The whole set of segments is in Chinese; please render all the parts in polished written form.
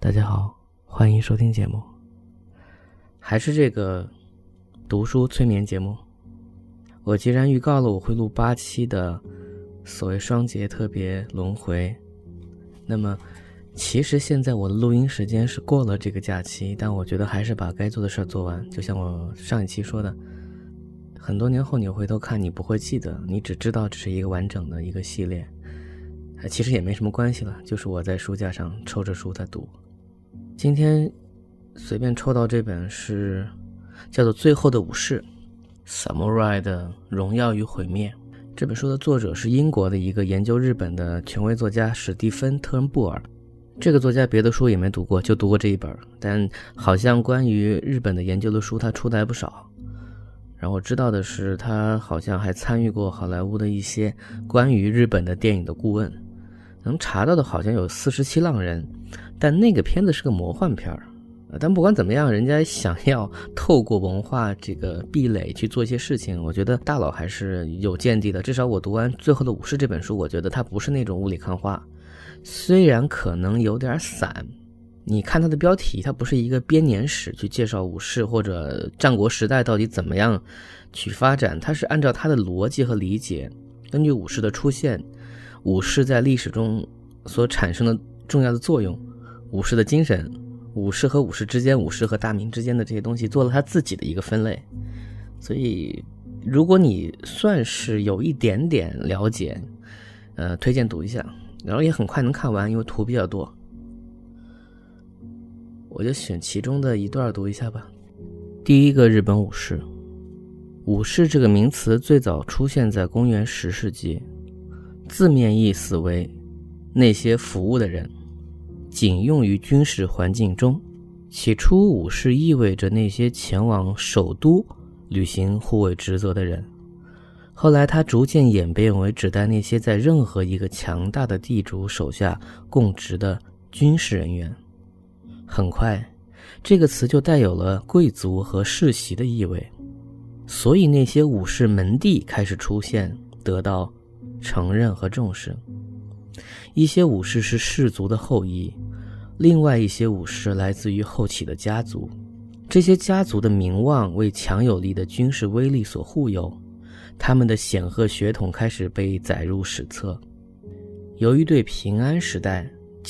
大家好，欢迎收听节目，还是这个读书催眠节目。我既然预告了我会录8期的所谓双节特别轮回，那么其实现在我的录音时间是过了这个假期，但我觉得还是把该做的事做完。就像我上一期说的，很多年后你回头看，你不会记得，你只知道这是一个完整的一个系列。其实也没什么关系了，就是我在书架上抽着书在读。今天随便抽到这本是叫做《最后的武士》 Samurai 的荣耀与毁灭。这本书的作者是英国的一个研究日本的权威作家史蒂芬·特恩布尔。这个作家别的书也没读过，就读过这一本，但好像关于日本的研究的书他出的还不少。然后我知道的是，他好像还参与过好莱坞的一些关于日本的电影的顾问。能查到的好像有47浪人，但那个片子是个魔幻片。但不管怎么样，人家想要透过文化这个壁垒去做一些事情，我觉得大佬还是有见地的。至少我读完《最后的武士》这本书，我觉得它不是那种雾里看花，虽然可能有点散。你看它的标题，它不是一个编年史去介绍武士或者战国时代到底怎么样去发展，它是按照它的逻辑和理解，根据武士的出现，武士在历史中所产生的重要的作用，武士的精神，武士和武士之间，武士和大明之间的这些东西，做了他自己的一个分类。所以如果你算是有一点点了解，推荐读一下，然后也很快能看完，因为图比较多。我就选其中的一段读一下吧。第一个日本武士。武士这个名词最早出现在公元10世纪，字面意思为那些服务的人，仅用于军事环境中。起初武士意味着那些前往首都履行护卫职责的人，后来它逐渐演变为指代那些在任何一个强大的地主手下供职的军事人员。很快这个词就带有了贵族和世袭的意味，所以那些武士门第开始出现，得到承认和重视。一些武士是氏族的后裔，另外一些武士来自于后起的家族，这些家族的名望为强有力的军事威力所护佑，他们的显赫血统开始被载入史册。由于对平安时代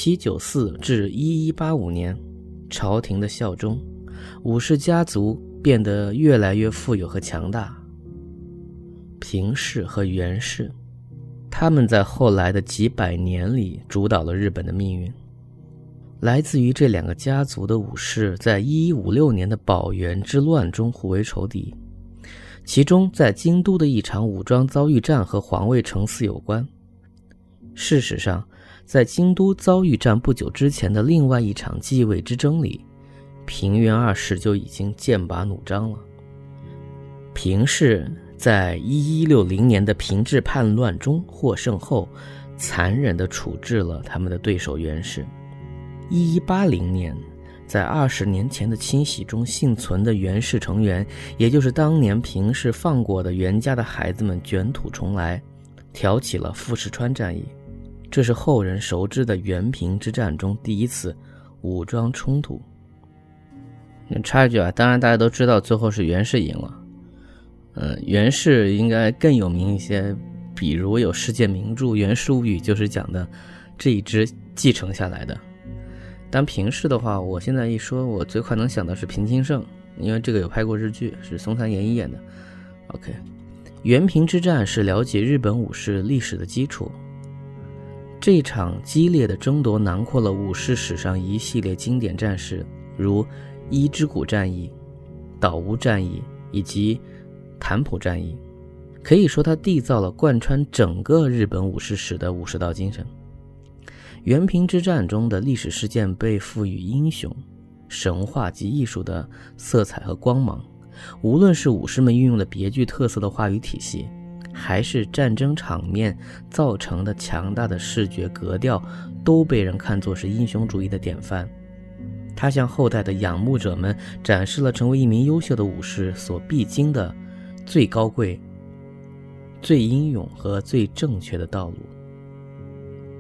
794至1185年朝廷的效忠，武士家族变得越来越富有和强大。平氏和源氏，他们在后来的几百年里主导了日本的命运。来自于这两个家族的武士在1156年的保元之乱中互为仇敌，其中在京都的一场武装遭遇战和皇位承嗣有关。事实上，在京都遭遇战不久之前的另外一场继位之争里，平原二世就已经剑拔弩张了。平氏在1160年的平治叛乱中获胜后，残忍地处置了他们的对手源氏。1180年，在20年前的清洗中幸存的源氏成员，也就是当年平氏放过的源家的孩子们卷土重来，挑起了富士川战役。这是后人熟知的源平之战中第一次武装冲突。插一句啊，当然大家都知道最后是源氏赢了。源氏应该更有名一些，比如有世界名著《源氏物语》就是讲的这一支继承下来的。但平氏的话，我现在一说，我最快能想到是平清盛，因为这个有拍过日剧，是松山研一演的。OK， 源平之战是了解日本武士历史的基础。这场激烈的争夺囊括了武士史上一系列经典战事，如伊之谷战役、岛屋战役以及坦普战役，可以说它缔造了贯穿整个日本武士史的武士道精神。源平之战中的历史事件被赋予英雄、神话及艺术的色彩和光芒，无论是武士们运用了别具特色的话语体系，还是战争场面造成的强大的视觉格调，都被人看作是英雄主义的典范。他向后代的仰慕者们展示了成为一名优秀的武士所必经的最高贵、最英勇和最正确的道路。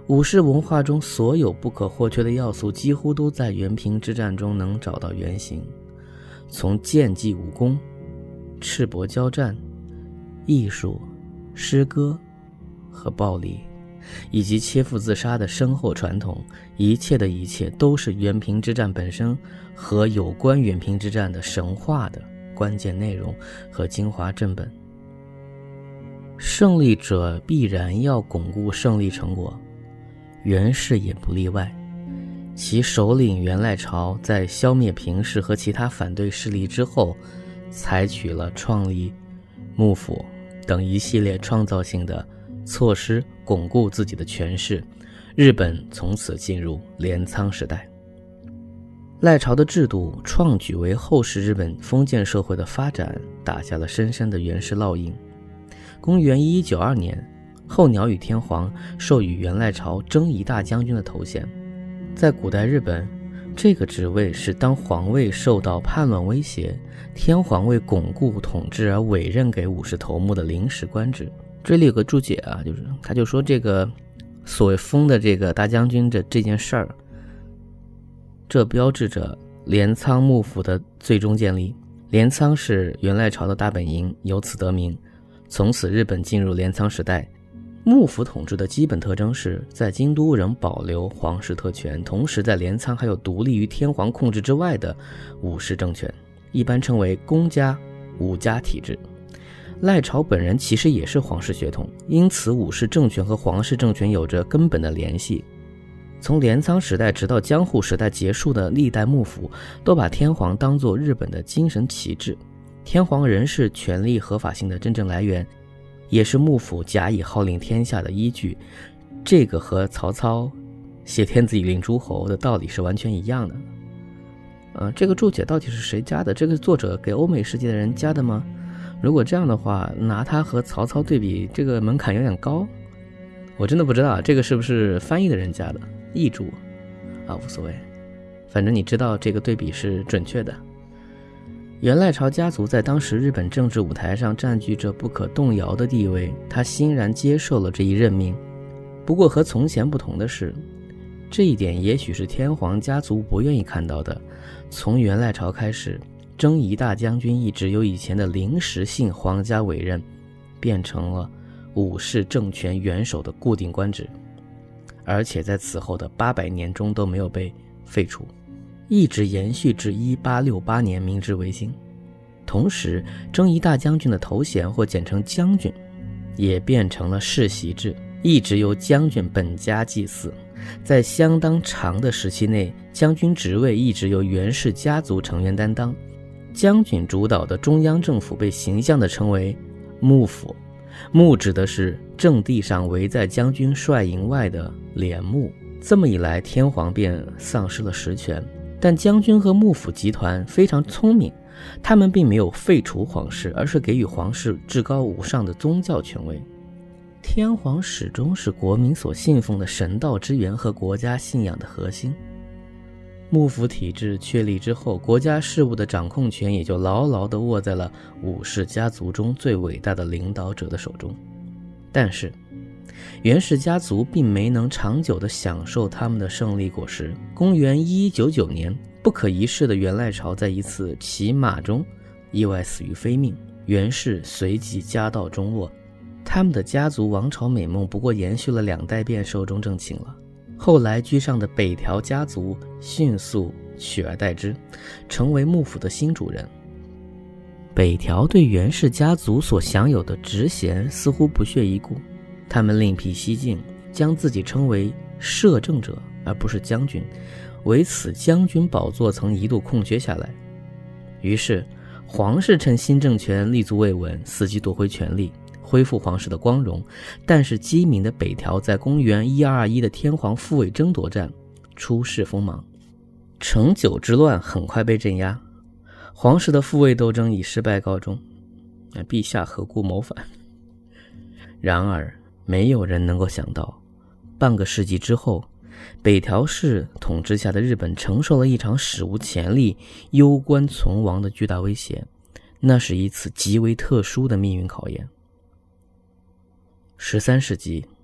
武士文化中所有不可或缺的要素几乎都在元平之战中能找到原型，从剑技武功、赤膊交战、艺术、诗歌和暴力，以及切腹自杀的深厚传统，一切的一切都是元平之战本身和有关元平之战的神话的关键内容和精华正本。胜利者必然要巩固胜利成果，袁氏也不例外。其首领袁赖朝在消灭平氏和其他反对势力之后，采取了创立幕府等一系列创造性的措施，巩固自己的权势。日本从此进入镰仓时代。赖朝的制度创举为后世日本封建社会的发展打下了深深的袁氏烙印。公元1192年，后鸟羽天皇授予袁赖朝征夷大将军的头衔。在古代日本，这个职位是当皇位受到叛乱威胁，天皇为巩固统治而委任给武士头目的临时官职。这里有个注解啊，他就说这个所谓封的这个大将军这件事儿，这标志着镰仓幕府的最终建立。镰仓是袁赖朝的大本营，由此得名。从此日本进入镰仓时代。幕府统治的基本特征是在京都仍保留皇室特权，同时在镰仓还有独立于天皇控制之外的武士政权，一般称为公家武家体制。赖朝本人其实也是皇室血统，因此武士政权和皇室政权有着根本的联系。从镰仓时代直到江户时代结束的历代幕府都把天皇当作日本的精神旗帜，天皇仍是权力合法性的真正来源，也是幕府假以号令天下的依据。这个和曹操挟天子以令诸侯的道理是完全一样的。这个注解到底是谁加的？这个作者给欧美世界的人加的吗？如果这样的话，拿他和曹操对比，这个门槛有点高。我真的不知道这个是不是翻译的人加的译注无所谓，反正你知道这个对比是准确的。袁赖朝家族在当时日本政治舞台上占据着不可动摇的地位，他欣然接受了这一任命。不过和从前不同的是，这一点也许是天皇家族不愿意看到的。从袁赖朝开始，征夷大将军一职由以前的临时性皇家委任，变成了武士政权元首的固定官职，而且在此后的800年中都没有被废除，一直延续至1868年明治维新。同时，征夷大将军的头衔或简称将军也变成了世袭制，一直由将军本家祭祀。在相当长的时期内，将军职位一直由袁氏家族成员担当。将军主导的中央政府被形象地称为幕府，幕指的是正地上围在将军帅营外的帘幕。这么一来，天皇便丧失了实权。但将军和幕府集团非常聪明，他们并没有废除皇室，而是给予皇室至高无上的宗教权威。天皇始终是国民所信奉的神道之源和国家信仰的核心。幕府体制确立之后，国家事务的掌控权也就牢牢地握在了武士家族中最伟大的领导者的手中。但是袁氏家族并没能长久地享受他们的胜利果实。公元1199年，不可一世的袁赖朝在一次骑马中意外死于非命，袁氏随即家道中落，他们的家族王朝美梦不过延续了2代便寿终正寝了。后来居上的北条家族迅速取而代之，成为幕府的新主人。北条对袁氏家族所享有的职衔似乎不屑一顾，他们另辟蹊径，将自己称为摄政者而不是将军，为此将军宝座曾一度空缺下来。于是皇室趁新政权立足未稳，伺机夺回权力，恢复皇室的光荣。但是机敏的北条在公元1221的天皇父位争夺战出事锋芒，成九之乱很快被镇压，皇室的父位斗争以失败告终。陛下何故谋反？然而没有人能够想到，半个世纪之后，北条氏统治下的日本承受了一场史无前例、攸关存亡的巨大威胁，那是一次极为特殊的命运考验。13世纪，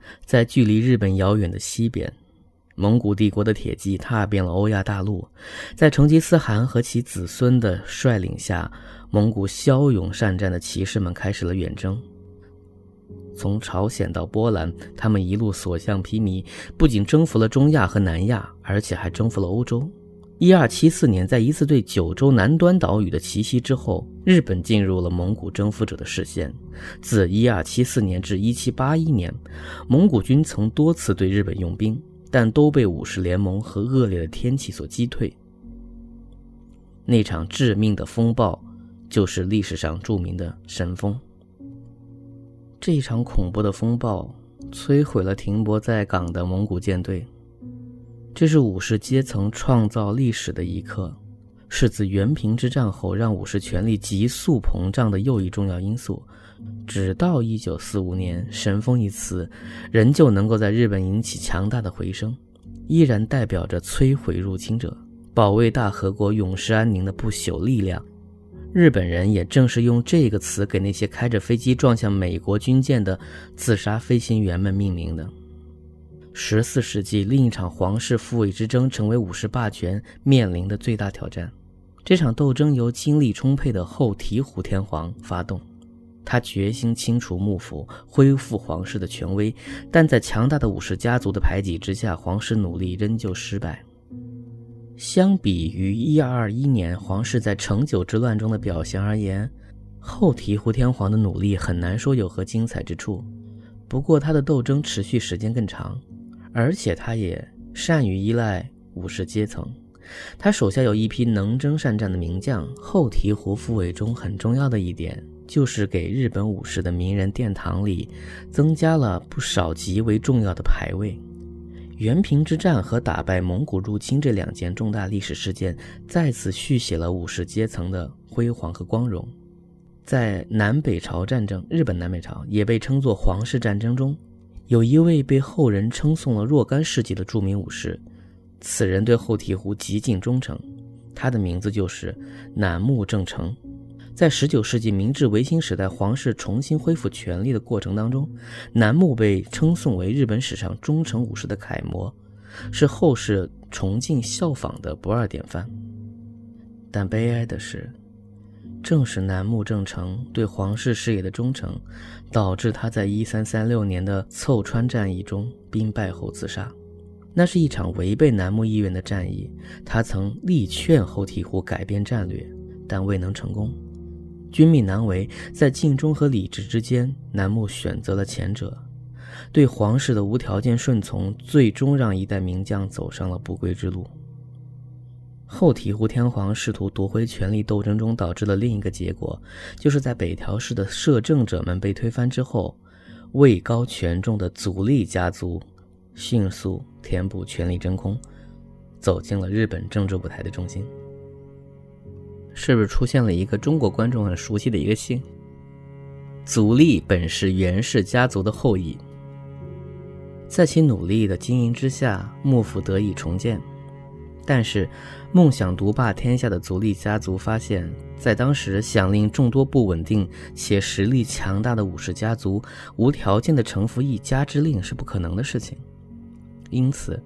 在距离日本遥远的西边，蒙古帝国的铁骑踏遍了欧亚大陆，在成吉思汗和其子孙的率领下，蒙古骁勇善战的骑士们开始了远征。从朝鲜到波兰，他们一路所向披靡，不仅征服了中亚和南亚，而且还征服了欧洲。1274年，在一次对九州南端岛屿的奇袭之后，日本进入了蒙古征服者的视线。自1274年至1781年，蒙古军曾多次对日本用兵，但都被武士联盟和恶劣的天气所击退。那场致命的风暴就是历史上著名的神风。这一场恐怖的风暴摧毁了停泊在港的蒙古舰队。这是武士阶层创造历史的一刻，是自元平之战后让武士权力急速膨胀的又一重要因素。直到1945年，神风一词仍旧能够在日本引起强大的回声，依然代表着摧毁入侵者、保卫大和国永世安宁的不朽力量。日本人也正是用这个词给那些开着飞机撞向美国军舰的自杀飞行员们命名的。14世纪，另一场皇室父位之争成为武士霸权面临的最大挑战。这场斗争由精力充沛的后醍醐天皇发动，他决心清除幕府，恢复皇室的权威，但在强大的武士家族的排挤之下，皇室努力仍旧失败。相比于1221年皇室在成九之乱中的表现而言，后醍醐天皇的努力很难说有何精彩之处。不过他的斗争持续时间更长，而且他也善于依赖武士阶层。他手下有一批能征善战的名将。后醍醐复位中很重要的一点，就是给日本武士的名人殿堂里增加了不少极为重要的牌位。元平之战和打败蒙古入侵这两件重大历史事件，再次续写了武士阶层的辉煌和光荣。在南北朝战争，日本南北朝也被称作皇室战争中，有一位被后人称颂了若干世纪的著名武士，此人对后醍醐极尽忠诚，他的名字就是楠木正成。在19世纪明治维新时代皇室重新恢复权力的过程当中，楠木被称颂为日本史上忠诚武士的楷模，是后世崇敬效仿的不二典范。但悲哀的是，正是楠木正成对皇室事业的忠诚，导致他在1336年的凑川战役中兵败后自杀。那是一场违背楠木意愿的战役，他曾力劝后醍醐改变战略，但未能成功。军命难违，在尽忠和理智之间，楠木选择了前者。对皇室的无条件顺从，最终让一代名将走上了不归之路。后醍醐天皇试图夺回权力斗争中导致的另一个结果，就是在北条氏的摄政者们被推翻之后，位高权重的足利家族迅速填补权力真空，走进了日本政治舞台的中心。是不是出现了一个中国观众很熟悉的一个姓？足利本是源氏家族的后裔，在其努力的经营之下，幕府得以重建。但是梦想独霸天下的足利家族发现，在当时想令众多不稳定且实力强大的武士家族无条件的臣服一家之令是不可能的事情。因此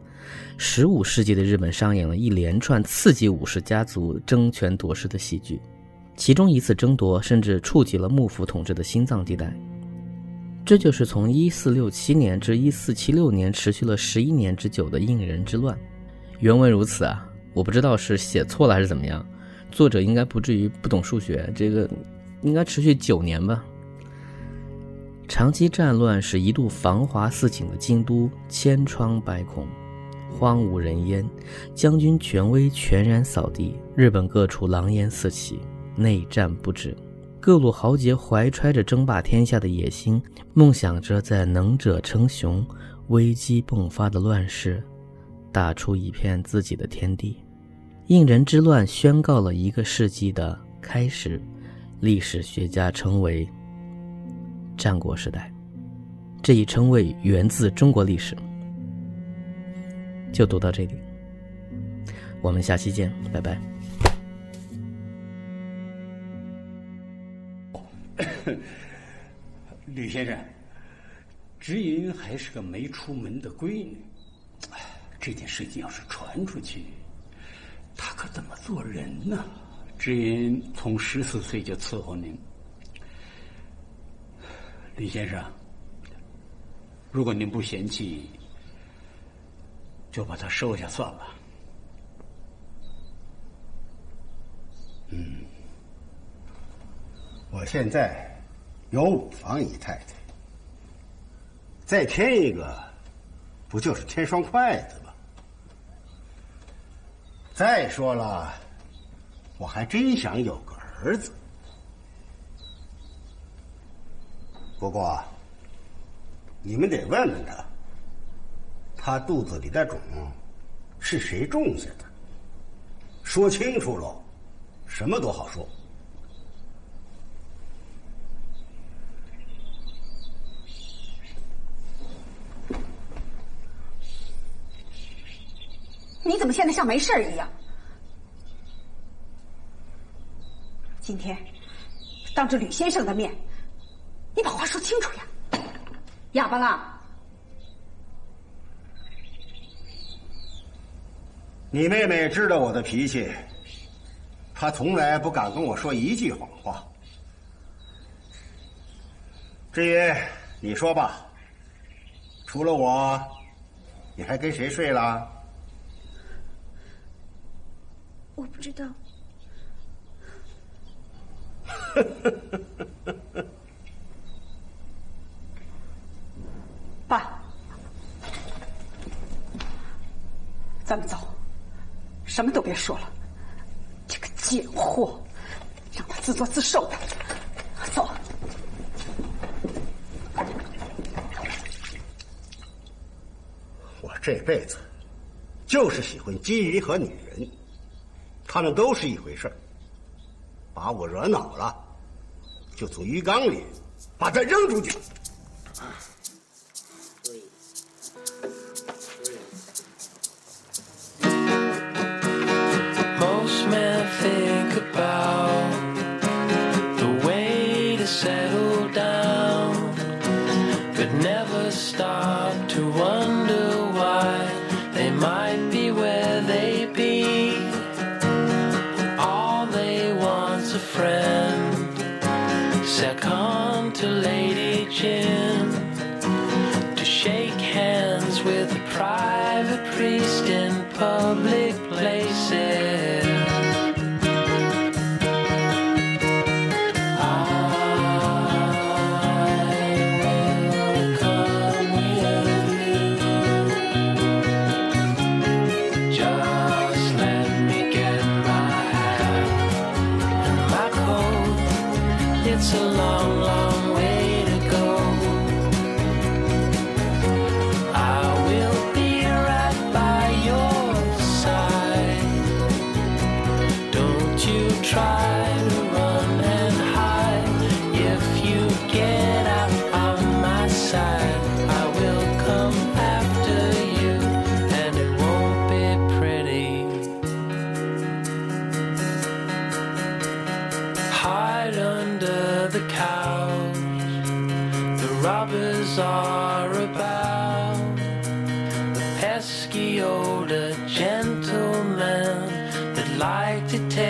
15世纪的日本上演了一连串刺激武士家族争权夺势的戏剧，其中一次争夺甚至触及了幕府统治的心脏地带。这就是从1467年至1476年持续了11年之久的应仁之乱。原文如此啊，我不知道是写错了还是怎么样，作者应该不至于不懂数学，这个应该持续9年吧。长期战乱使一度繁华似锦的京都千疮百孔，荒无人烟，将军权威全然扫地，日本各处狼烟四起，内战不止。各路豪杰怀揣着争霸天下的野心，梦想着在能者称雄、危机迸发的乱世打出一片自己的天地。应仁之乱宣告了一个世纪的开始，历史学家称为战国时代。这一称谓源自中国历史。就读到这里，我们下期见，拜拜。 吕先生， 知音还是个没出门的闺女，这件事情要是传出去，她可怎么做人呢？知音从14岁就伺候您，李先生，如果您不嫌弃，就把她收下算了。 我现在有5房1太太，再添一个，不就是添双筷子吗？再说了，我还真想有个儿子。不过，你们得问问他，他肚子里的种是谁种下的？说清楚喽，什么都好说。 你怎么现在像没事一样？今天当着吕先生的面，你把话说清楚呀！哑巴了？ 你妹妹知道我的脾气，她从来不敢跟我说一句谎话。至于你说吧，除了我，你还跟谁睡了？ 我不知道。 爸，咱们走，什么都别说了。这个贱货，让他自作自受吧。走。 我这辈子就是喜欢金鱼和女人，他们都是一回事儿。把我惹恼了，就从鱼缸里把它扔出去。 Most men think about the way to settle down, but never stop to wonder why they might be where they be. All they want's a friend, second to Lady Jim, to shake hands with a private priest in public places. It's a long, long way to go. I will be right by your side. Don't you try to run and hide. If you get out of my sight, I will come after you, and it won't be pretty. Hide under the couch, the robbers are about. The pesky older gentlemen that like to take